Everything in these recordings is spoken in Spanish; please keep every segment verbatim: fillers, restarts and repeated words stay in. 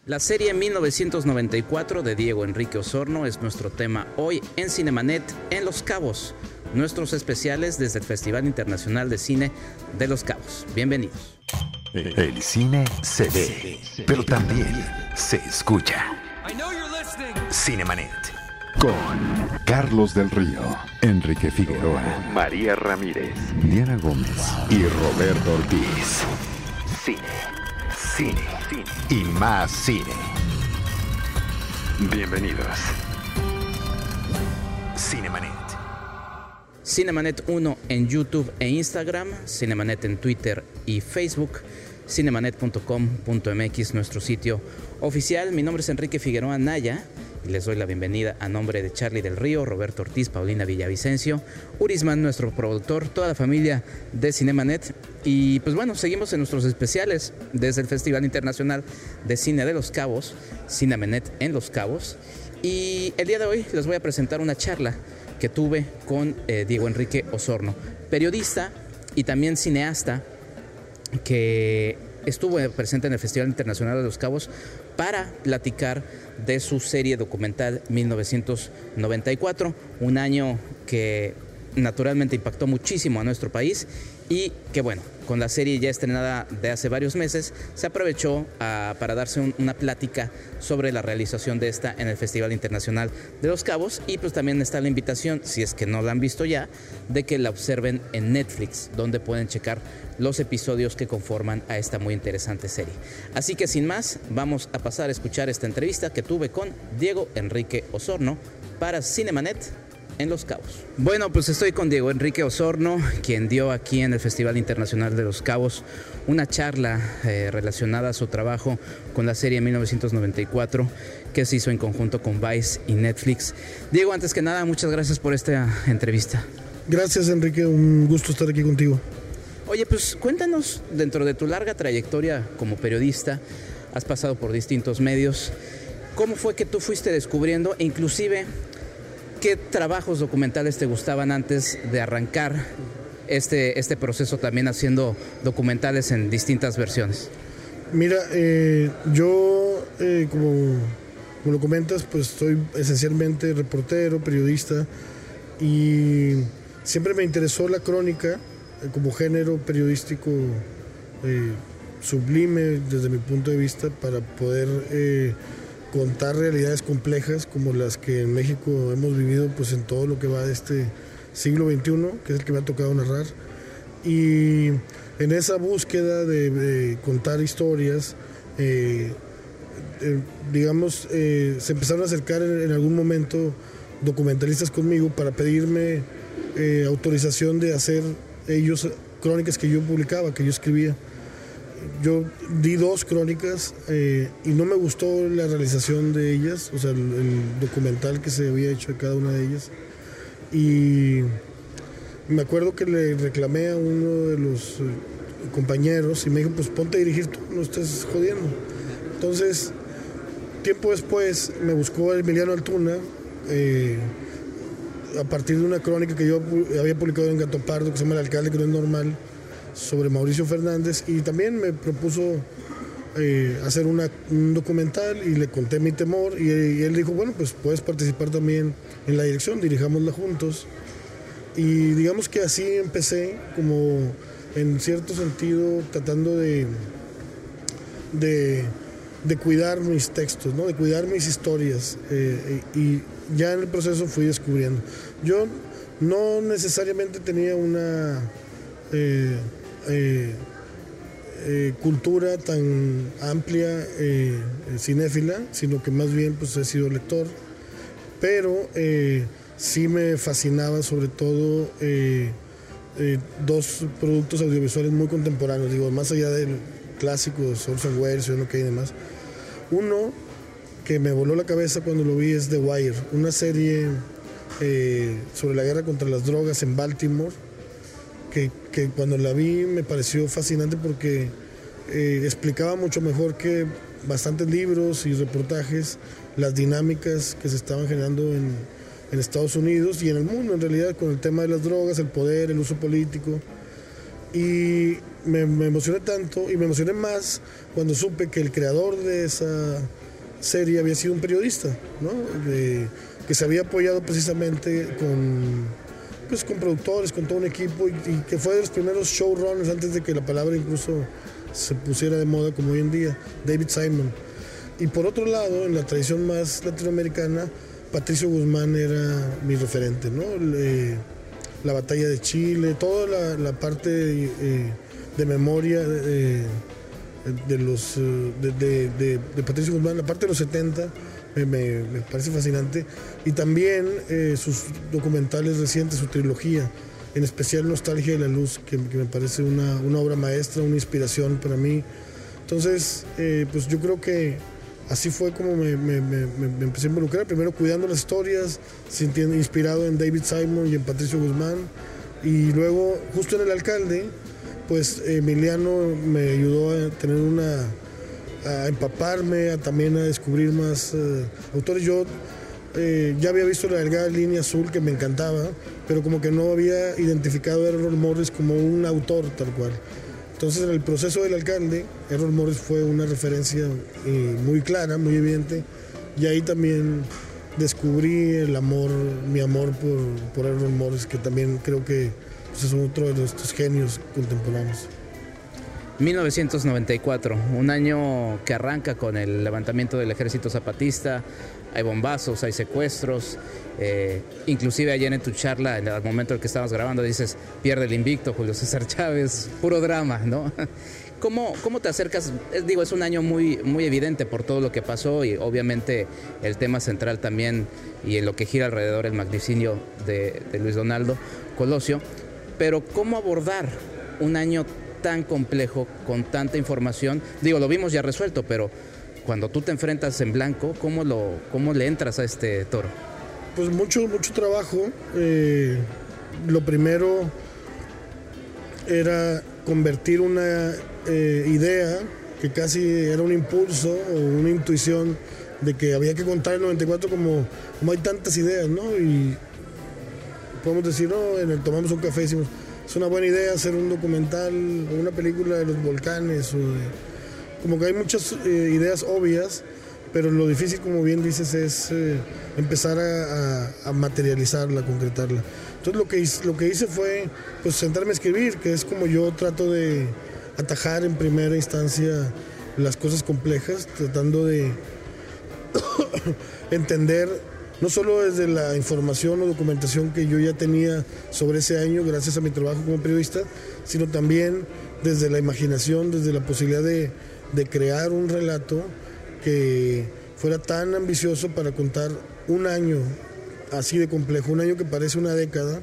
La serie mil novecientos noventa y cuatro de Diego Enrique Osorno es nuestro tema hoy en Cinemanet en Los Cabos, nuestros especiales desde el Festival Internacional de Cine de Los Cabos. Bienvenidos. El cine se ve, pero también se escucha. Cinemanet con Carlos del Río, Enrique Figueroa, María Ramírez, Diana Gómez y Roberto Ortiz. Cine, cine, cine y más cine. Bienvenidos. Cinemanet. Cinemanet uno en YouTube e Instagram, Cinemanet en Twitter y Facebook, cinemanet punto com punto m x, nuestro sitio oficial. Mi nombre es Enrique Figueroa Naya y les doy la bienvenida a nombre de Charlie del Río, Roberto Ortiz, Paulina Villavicencio, Urisman, nuestro productor, toda la familia de Cinemanet. Y pues bueno, seguimos en nuestros especiales desde el Festival Internacional de Cine de Los Cabos, Cinemanet en Los Cabos. Y el día de hoy les voy a presentar una charla que tuve con eh, Diego Enrique Osorno, periodista y también cineasta que estuvo presente en el Festival Internacional de Los Cabos para platicar de su serie documental mil novecientos noventa y cuatro, un año que naturalmente impactó muchísimo a nuestro país y que bueno, con la serie ya estrenada de hace varios meses, se aprovechó uh, para darse un, una plática sobre la realización de esta en el Festival Internacional de Los Cabos. Y pues también está la invitación, si es que no la han visto ya, de que la observen en Netflix, donde pueden checar los episodios que conforman a esta muy interesante serie. Así que sin más, vamos a pasar a escuchar esta entrevista que tuve con Diego Enrique Osorno para Cinemanet en Los Cabos. Bueno, pues estoy con Diego Enrique Osorno, quien dio aquí en el Festival Internacional de Los Cabos una charla eh, relacionada a su trabajo con la serie mil novecientos noventa y cuatro que se hizo en conjunto con Vice y Netflix. Diego, antes que nada, muchas gracias por esta entrevista. Gracias, Enrique, un gusto estar aquí contigo. Oye, pues cuéntanos, dentro de tu larga trayectoria como periodista, has pasado por distintos medios, ¿cómo fue que tú fuiste descubriendo e inclusive qué trabajos documentales te gustaban antes de arrancar este, este proceso también haciendo documentales en distintas versiones? Mira, eh, yo, eh, como, como lo comentas, pues soy esencialmente reportero, periodista, y siempre me interesó la crónica eh, como género periodístico eh, sublime desde mi punto de vista para poder Eh, contar realidades complejas como las que en México hemos vivido pues en todo lo que va de este siglo veintiuno, que es el que me ha tocado narrar. Y en esa búsqueda de, de contar historias, eh, eh, digamos, eh, se empezaron a acercar en, en algún momento documentalistas conmigo para pedirme eh, autorización de hacer ellos crónicas que yo publicaba, que yo escribía. Yo di dos crónicas eh, y no me gustó la realización de ellas, o sea, el, el documental que se había hecho de cada una de ellas. Y me acuerdo que le reclamé a uno de los compañeros y me dijo, pues ponte a dirigir tú, no estés jodiendo. Entonces, tiempo después me buscó Emiliano Altuna, eh, a partir de una crónica que yo había publicado en Gato Pardo, que se llama El alcalde que no es normal, sobre Mauricio Fernández, y también me propuso eh, hacer una, un documental y le conté mi temor y, y él dijo, bueno, pues puedes participar también en la dirección, dirijámosla juntos. Y digamos que así empecé, como en cierto sentido tratando de, de, de cuidar mis textos, ¿no? De cuidar mis historias, eh, y ya en el proceso fui descubriendo. Yo no necesariamente tenía una Eh, eh, eh, cultura tan amplia, eh, cinéfila, sino que más bien pues he sido lector, pero eh, sí me fascinaba sobre todo eh, eh, dos productos audiovisuales muy contemporáneos, digo, más allá del clásico de Orson Welles y uno que hay demás. Uno que me voló la cabeza cuando lo vi es The Wire, una serie eh, sobre la guerra contra las drogas en Baltimore, Que, que cuando la vi me pareció fascinante porque eh, explicaba mucho mejor que bastantes libros y reportajes las dinámicas que se estaban generando en, en Estados Unidos y en el mundo en realidad con el tema de las drogas, el poder, el uso político. Y me, me emocioné tanto y me emocioné más cuando supe que el creador de esa serie había sido un periodista, ¿no? De, que se había apoyado precisamente con, pues, con productores, con todo un equipo, y, y que fue de los primeros showrunners antes de que la palabra incluso se pusiera de moda como hoy en día, David Simon. Y por otro lado, en la tradición más latinoamericana, Patricio Guzmán era mi referente, ¿no? Le, la batalla de Chile, toda la, la parte eh, de memoria eh, de, los, de, de, de, de Patricio Guzmán, la parte de los setenta, me, me, me parece fascinante. Y también eh, sus documentales recientes, su trilogía, en especial Nostalgia de la Luz, que, que me parece una, una obra maestra, una inspiración para mí. Entonces, eh, pues yo creo que así fue como me, me, me, me empecé a involucrar, primero cuidando las historias, sintiendo, inspirado en David Simon y en Patricio Guzmán, y luego justo en El Alcalde, pues Emiliano me ayudó a tener una, a empaparme, a también a descubrir más uh, autores. Yo eh, ya había visto La Delgada Línea Azul, que me encantaba, pero como que no había identificado a Errol Morris como un autor tal cual. Entonces, en el proceso del Alcalde, Errol Morris fue una referencia eh, muy clara, muy evidente, y ahí también descubrí el amor, mi amor por, por Errol Morris, que también creo que pues, es otro de nuestros genios contemporáneos. mil novecientos noventa y cuatro, un año que arranca con el levantamiento del Ejército Zapatista. Hay bombazos, hay secuestros, eh, inclusive ayer en tu charla, en el momento en el que estábamos grabando, dices, pierde el invicto Julio César Chávez, puro drama, ¿no? ¿Cómo, cómo te acercas? Es, digo, es un año muy, muy evidente por todo lo que pasó y obviamente el tema central también y en lo que gira alrededor el magnificio de, de Luis Donaldo Colosio, pero ¿cómo abordar un año tan complejo con tanta información? Digo, lo vimos ya resuelto, pero cuando tú te enfrentas en blanco, ¿cómo, lo, cómo le entras a este toro? Pues mucho, mucho trabajo. Eh, lo primero era convertir una eh, idea que casi era un impulso o una intuición de que había que contar el noventa y cuatro como, como hay tantas ideas, ¿no? Y podemos decir, no, en el tomamos un café y decimos, es una buena idea hacer un documental o una película de los volcanes o de... Como que hay muchas eh, ideas obvias, pero lo difícil, como bien dices, es eh, empezar a, a, a materializarla, a concretarla. Entonces lo que, hice, lo que hice fue pues, sentarme a escribir, que es como yo trato de atajar en primera instancia las cosas complejas, tratando de entender, no solo desde la información o documentación que yo ya tenía sobre ese año, gracias a mi trabajo como periodista, sino también desde la imaginación, desde la posibilidad de de crear un relato que fuera tan ambicioso para contar un año así de complejo, un año que parece una década.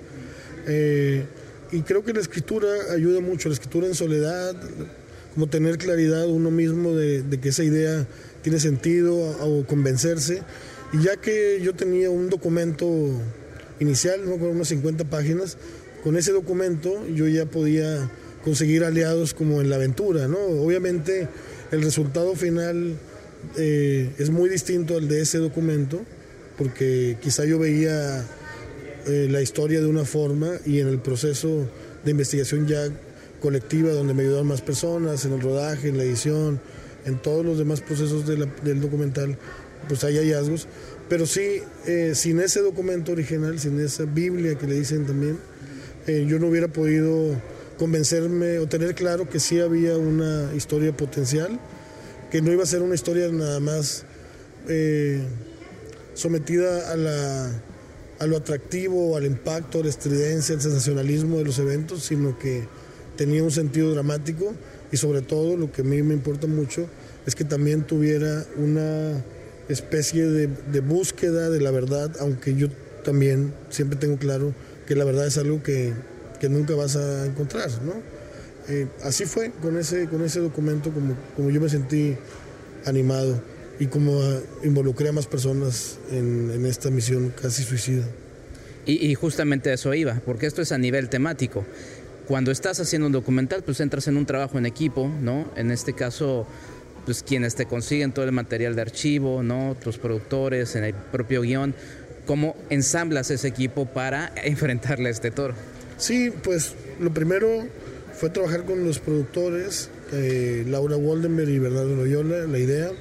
Eh, y creo que la escritura ayuda mucho, la escritura en soledad, como tener claridad uno mismo de, de que esa idea tiene sentido o convencerse. Y ya que yo tenía un documento inicial, ¿no? Con unas cincuenta páginas, con ese documento yo ya podía conseguir aliados como en la aventura, ¿no? Obviamente el resultado final eh, es muy distinto al de ese documento, porque quizá yo veía eh, la historia de una forma y en el proceso de investigación ya colectiva, donde me ayudaron más personas, en el rodaje, en la edición, en todos los demás procesos de la, del documental, pues hay hallazgos. Pero sí, eh, sin ese documento original, sin esa Biblia que le dicen también, eh, yo no hubiera podido convencerme o tener claro que sí había una historia potencial, que no iba a ser una historia nada más eh, sometida a, la, a lo atractivo, al impacto, a la estridencia, al sensacionalismo de los eventos, sino que tenía un sentido dramático y sobre todo lo que a mí me importa mucho es que también tuviera una especie de, de búsqueda de la verdad, aunque yo también siempre tengo claro que la verdad es algo que que nunca vas a encontrar, ¿no? Eh, así fue con ese, con ese documento como, como yo me sentí animado y como uh, involucré a más personas en, en esta misión casi suicida. Y, y justamente eso iba, porque esto es a nivel temático. Cuando estás haciendo un documental, pues entras en un trabajo en equipo, ¿no? En este caso, pues quienes te consiguen todo el material de archivo, ¿no? Tus productores, en el propio guión. ¿Cómo ensamblas ese equipo para enfrentarle a este toro? Sí, pues lo primero fue trabajar con los productores, eh, Laura Waldenberg y Bernardo Loyola, la idea.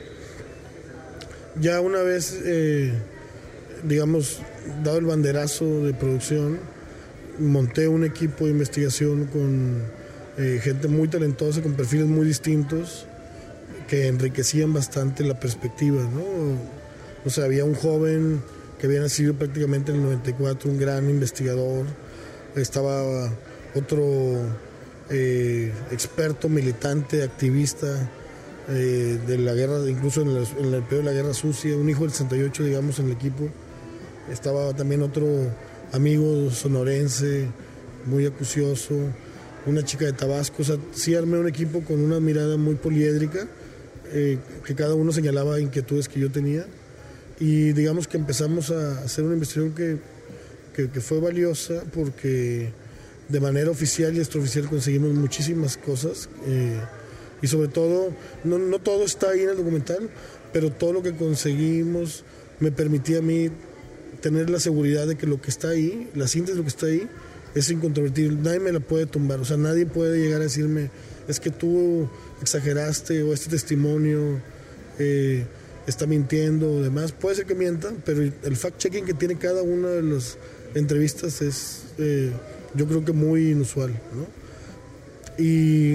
Ya una vez, eh, digamos, dado el banderazo de producción, monté un equipo de investigación con eh, gente muy talentosa, con perfiles muy distintos, que enriquecían bastante la perspectiva, ¿no? O sea, había un joven que había nacido prácticamente en el noventa y cuatro, un gran investigador, estaba otro eh, experto, militante, activista eh, de la guerra, incluso en, la, en el periodo de la Guerra Sucia, un hijo del sesenta y ocho, digamos, en el equipo. Estaba también otro amigo sonorense, muy acucioso, una chica de Tabasco. O sea, sí armé un equipo con una mirada muy poliédrica, eh, que cada uno señalaba inquietudes que yo tenía. Y digamos que empezamos a hacer una investigación que, que, que fue valiosa porque de manera oficial y extraoficial conseguimos muchísimas cosas. Eh, y sobre todo, no, no todo está ahí en el documental, pero todo lo que conseguimos me permitía a mí tener la seguridad de que lo que está ahí, la síntesis de lo que está ahí, es incontrovertible. Nadie me la puede tumbar. O sea, nadie puede llegar a decirme, es que tú exageraste o este testimonio eh, está mintiendo o demás. Puede ser que mientan, pero el fact-checking que tiene cada una de las entrevistas es, eh, yo creo que muy inusual, ¿no? Y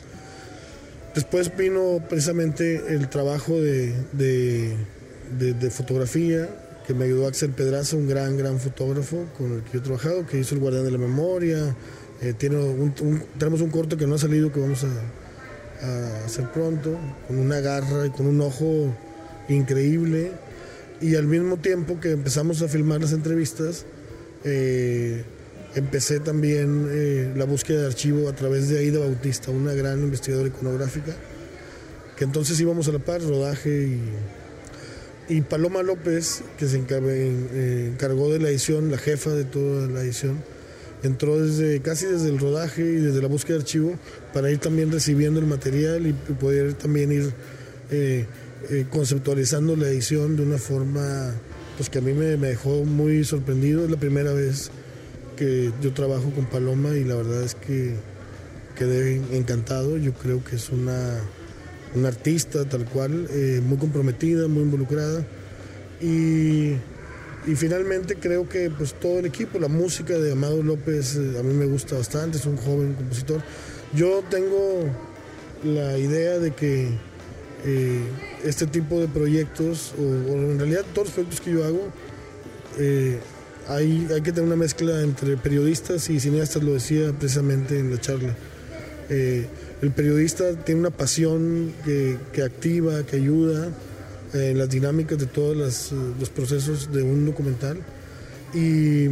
después vino precisamente el trabajo de, de, de, de fotografía, que me ayudó Axel Pedraza, un gran, gran fotógrafo con el que yo he trabajado, que hizo El Guardián de la Memoria. Eh, tiene un, un, tenemos un corto que no ha salido, que vamos a, a hacer pronto, con una garra y con un ojo increíble. Y al mismo tiempo que empezamos a filmar las entrevistas, eh, empecé también eh, la búsqueda de archivo a través de Aida Bautista, una gran investigadora iconográfica, que entonces íbamos a la par, rodaje y... Y Paloma López, que se encargó de la edición, la jefa de toda la edición, entró desde casi desde el rodaje y desde la búsqueda de archivo para ir también recibiendo el material y poder también ir eh, eh, conceptualizando la edición de una forma pues que a mí me, me dejó muy sorprendido. Es la primera vez que yo trabajo con Paloma y la verdad es que quedé encantado. Yo creo que es una... una artista tal cual, eh, muy comprometida, muy involucrada y, y finalmente creo que pues todo el equipo, la música de Amado López eh, a mí me gusta bastante, es un joven compositor. Yo tengo la idea de que eh, este tipo de proyectos, o, o en realidad todos los proyectos que yo hago, eh, hay, hay que tener una mezcla entre periodistas y cineastas, lo decía precisamente en la charla. Eh, El periodista tiene una pasión que, que activa, que ayuda en eh, las dinámicas de todos las, los procesos de un documental. Y,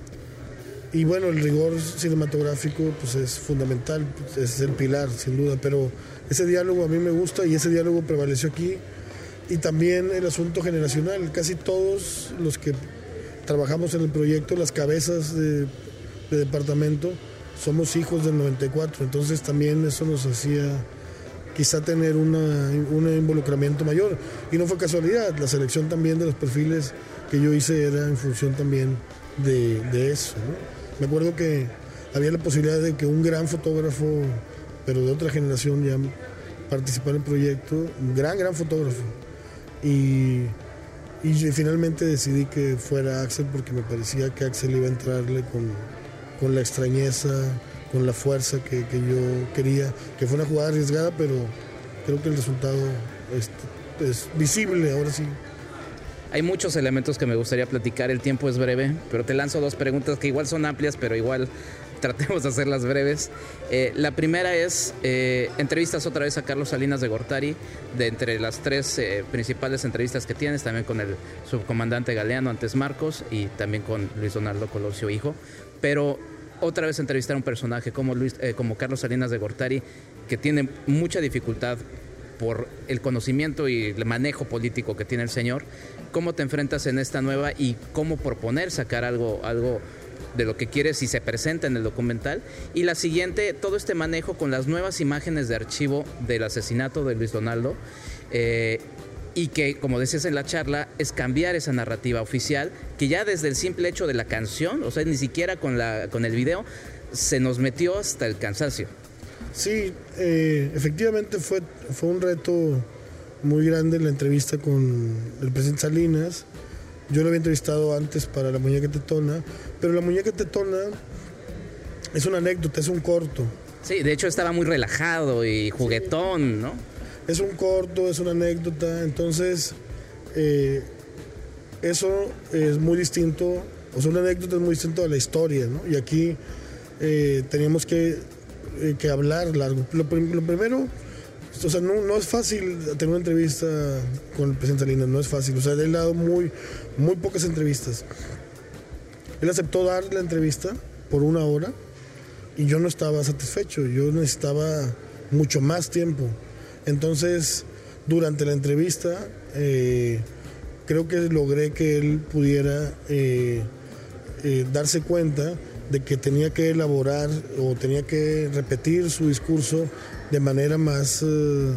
y bueno, el rigor cinematográfico pues, es fundamental, es el pilar, sin duda. Pero ese diálogo a mí me gusta y ese diálogo prevaleció aquí. Y también el asunto generacional. Casi todos los que trabajamos en el proyecto, las cabezas de, de departamento, somos hijos del noventa y cuatro, entonces también eso nos hacía quizá tener una, un involucramiento mayor. Y no fue casualidad, la selección también de los perfiles que yo hice era en función también de, de eso, ¿no? Me acuerdo que había la posibilidad de que un gran fotógrafo, pero de otra generación ya participara en el proyecto, un gran, gran fotógrafo. Y, y finalmente decidí que fuera Axel porque me parecía que Axel iba a entrarle con... con la extrañeza, con la fuerza que, que yo quería, que fue una jugada arriesgada, pero creo que el resultado es, es visible ahora sí. Hay muchos elementos que me gustaría platicar, el tiempo es breve, pero te lanzo dos preguntas que igual son amplias, pero igual tratemos de hacerlas breves. Eh, la primera es, eh, entrevistas otra vez a Carlos Salinas de Gortari, de entre las tres eh, principales entrevistas que tienes, también con el subcomandante Galeano, antes Marcos, y también con Luis Donaldo Colosio, hijo. Pero otra vez entrevistar a un personaje como, Luis, eh, como Carlos Salinas de Gortari, que tiene mucha dificultad por el conocimiento y el manejo político que tiene el señor. ¿Cómo te enfrentas en esta nueva y cómo proponer sacar algo, algo de lo que quieres si se presenta en el documental? Y la siguiente, todo este manejo con las nuevas imágenes de archivo del asesinato de Luis Donaldo, eh, y que, como decías en la charla, es cambiar esa narrativa oficial, que ya desde el simple hecho de la canción, o sea, ni siquiera con, la, con el video, se nos metió hasta el cansancio. Sí, eh, efectivamente fue, fue un reto muy grande la entrevista con el presidente Salinas. Yo lo había entrevistado antes para La Muñeca Tetona, pero La Muñeca Tetona es una anécdota, es un corto. Sí, de hecho estaba muy relajado y juguetón, ¿no? Es un corto, es una anécdota, entonces eh, eso es muy distinto, o sea, una anécdota es muy distinto a la historia, ¿no? Y aquí eh, teníamos que, eh, que hablar largo. Lo, lo primero, o sea, no, no es fácil tener una entrevista con el presidente Salinas, no es fácil, o sea, él ha dado muy, muy pocas entrevistas. Él aceptó dar la entrevista por una hora y yo no estaba satisfecho, yo necesitaba mucho más tiempo. Entonces, durante la entrevista, eh, creo que logré que él pudiera eh, eh, darse cuenta de que tenía que elaborar o tenía que repetir su discurso de manera más eh,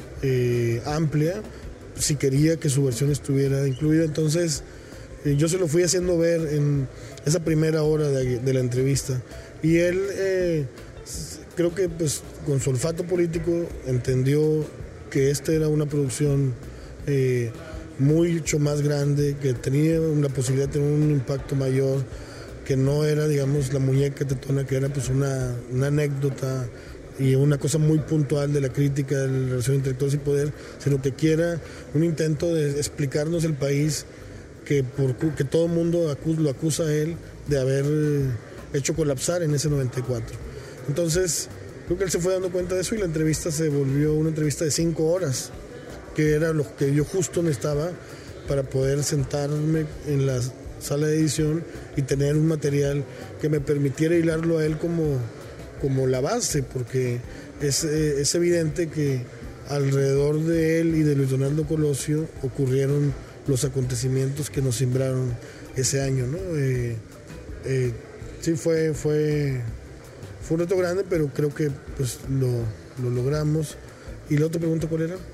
eh, amplia si quería que su versión estuviera incluida. Entonces, eh, yo se lo fui haciendo ver en esa primera hora de, de la entrevista. Y él, eh, creo que pues con su olfato político entendió que esta era una producción eh, mucho más grande, que tenía la posibilidad de tener un impacto mayor, que no era, digamos, La Muñeca Tetona, que era pues una, una anécdota y una cosa muy puntual de la crítica de la relación entre intelectuales y poder, sino que quiera un intento de explicarnos el país que, por, que todo el mundo acu, lo acusa a él de haber hecho colapsar en ese noventa y cuatro. Entonces, creo que él se fue dando cuenta de eso y la entrevista se volvió una entrevista de cinco horas, que era lo que yo justo necesitaba para poder sentarme en la sala de edición y tener un material que me permitiera hilarlo a él como, como la base, porque es, es evidente que alrededor de él y de Luis Donaldo Colosio ocurrieron los acontecimientos que nos simbraron ese año, ¿no? Eh, eh, sí, fue, fue, fue un reto grande, pero creo que pues, lo, lo logramos. ¿Y la otra pregunta cuál era?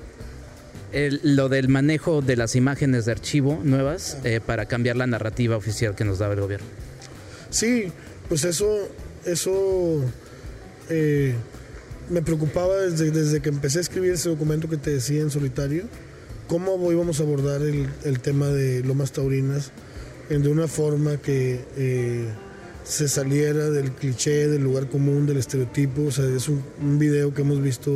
El, lo del manejo de las imágenes de archivo nuevas eh, para cambiar la narrativa oficial que nos daba el gobierno. Sí, pues eso, eso eh, me preocupaba desde, desde que empecé a escribir ese documento que te decía en solitario, cómo íbamos a abordar el, el tema de Lomas Taurinas de una forma que eh, se saliera del cliché, del lugar común, del estereotipo. O sea, es un, un video que hemos visto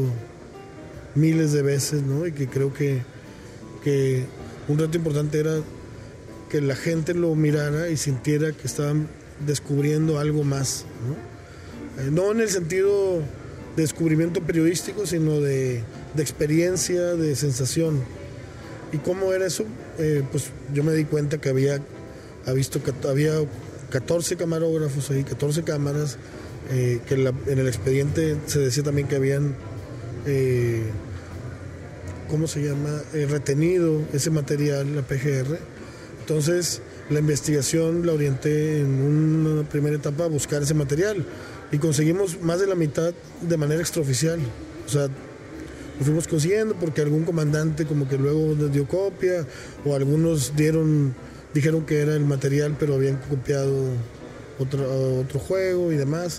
miles de veces, ¿no? Y que creo que, que un reto importante era que la gente lo mirara y sintiera que estaban descubriendo algo más, ¿no? Eh, no en el sentido de descubrimiento periodístico, sino de, de experiencia, de sensación. ¿Y cómo era eso? Eh, pues yo me di cuenta que había, había visto que había catorce camarógrafos ahí, catorce cámaras, eh, que la, en el expediente se decía también que habían Eh, ¿cómo se llama? Eh, retenido ese material, la P G R. Entonces, la investigación la orienté en una primera etapa a buscar ese material y conseguimos más de la mitad de manera extraoficial. O sea, lo fuimos consiguiendo porque algún comandante como que luego les dio copia o algunos dieron, dijeron que era el material pero habían copiado otro, otro juego y demás.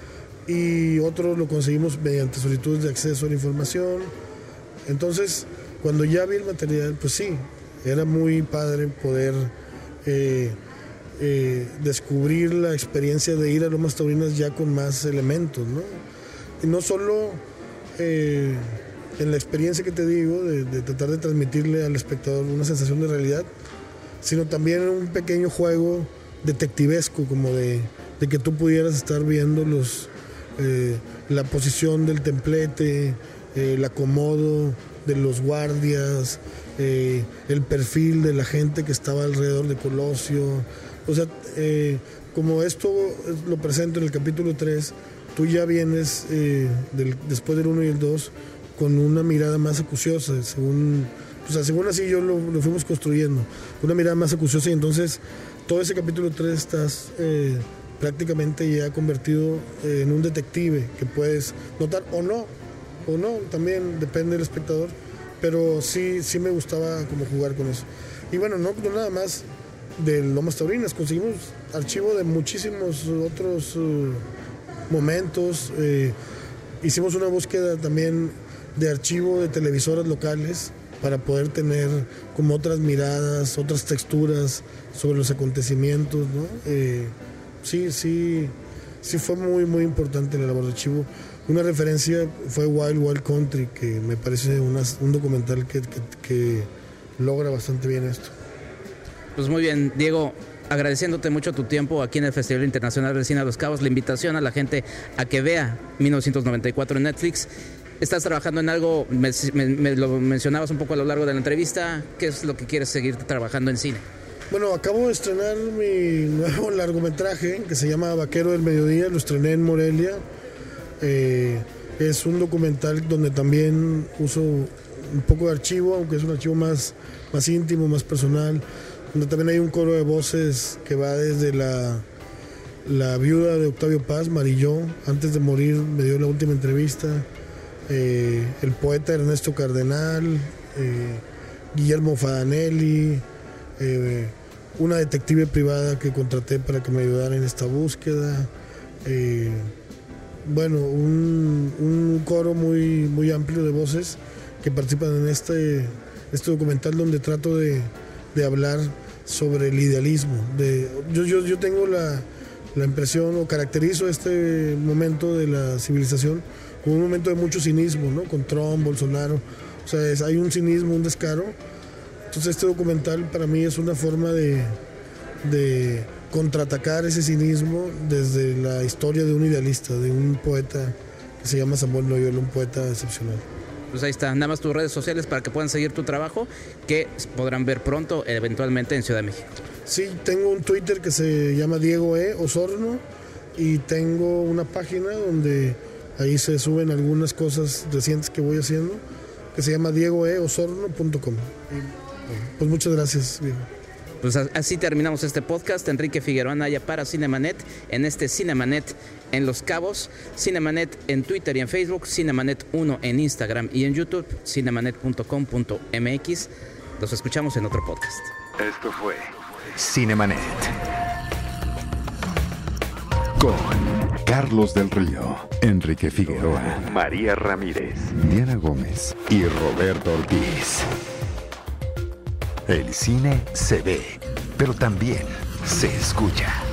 Y otro lo conseguimos mediante solicitudes de acceso a la información. Entonces, cuando ya vi el material, pues sí, era muy padre poder eh, eh, descubrir la experiencia de ir a Lomas Taurinas ya con más elementos, ¿no? Y no solo eh, en la experiencia que te digo, de, de tratar de transmitirle al espectador una sensación de realidad, sino también en un pequeño juego detectivesco, como de, de que tú pudieras estar viendo los... Eh, la posición del templete, eh, el acomodo de los guardias, eh, el perfil de la gente que estaba alrededor de Colosio. O sea, eh, como esto lo presento en el capítulo tres, tú ya vienes eh, del, después del uno y el dos con una mirada más acuciosa, según, o sea, según así yo lo, lo fuimos construyendo, una mirada más acuciosa, y entonces todo ese capítulo tres estás... Eh, prácticamente ya convertido en un detective que puedes notar o no, o no, también depende del espectador, pero sí, sí me gustaba como jugar con eso. Y bueno, no, no nada más de Lomas Taurinas, conseguimos archivo de muchísimos otros uh, momentos, eh, hicimos una búsqueda también de archivo de televisoras locales para poder tener como otras miradas, otras texturas sobre los acontecimientos, ¿no? Eh, sí, sí, sí fue muy, muy importante la labor de archivo. Una referencia fue Wild Wild Country, que me parece una, un documental que, que, que logra bastante bien esto. Pues muy bien, Diego, agradeciéndote mucho tu tiempo aquí en el Festival Internacional del Cine de Los Cabos, la invitación a la gente a que vea mil novecientos noventa y cuatro en Netflix. Estás trabajando en algo, me, me, me lo mencionabas un poco a lo largo de la entrevista, ¿qué es lo que quieres seguir trabajando en cine? Bueno, acabo de estrenar mi nuevo largometraje que se llama Vaquero del Mediodía, lo estrené en Morelia. Eh, es un documental donde también uso un poco de archivo, aunque es un archivo más, más íntimo, más personal, donde también hay un coro de voces que va desde la, la viuda de Octavio Paz, Marilló, antes de morir me dio la última entrevista, eh, el poeta Ernesto Cardenal, eh, Guillermo Fadanelli, eh, una detective privada que contraté para que me ayudara en esta búsqueda, eh, bueno, un, un coro muy, muy amplio de voces que participan en este, este documental donde trato de, de hablar sobre el idealismo. De, yo, yo, yo tengo la, la impresión o caracterizo este momento de la civilización como un momento de mucho cinismo, ¿no? Con Trump, Bolsonaro, o sea, es, hay un cinismo, un descaro. Entonces este documental para mí es una forma de, de contraatacar ese cinismo desde la historia de un idealista, de un poeta que se llama Samuel Noyola, un poeta excepcional. Pues ahí está, nada más tus redes sociales para que puedan seguir tu trabajo, que podrán ver pronto, eventualmente en Ciudad de México. Sí, tengo un Twitter que se llama Diego E. Osorno y tengo una página donde ahí se suben algunas cosas recientes que voy haciendo, que se llama diego e osorno punto com. Pues muchas gracias, Diego. Pues así terminamos este podcast. Enrique Figueroa Anaya para Cinemanet, en este Cinemanet en Los Cabos, Cinemanet en Twitter y en Facebook, Cinemanet uno en Instagram y en YouTube, cinemanet punto com punto m x. Los escuchamos en otro podcast. Esto fue Cinemanet con Carlos del Río, Enrique Figueroa, María Ramírez, Diana Gómez y Roberto Ortiz. El cine se ve, pero también se escucha.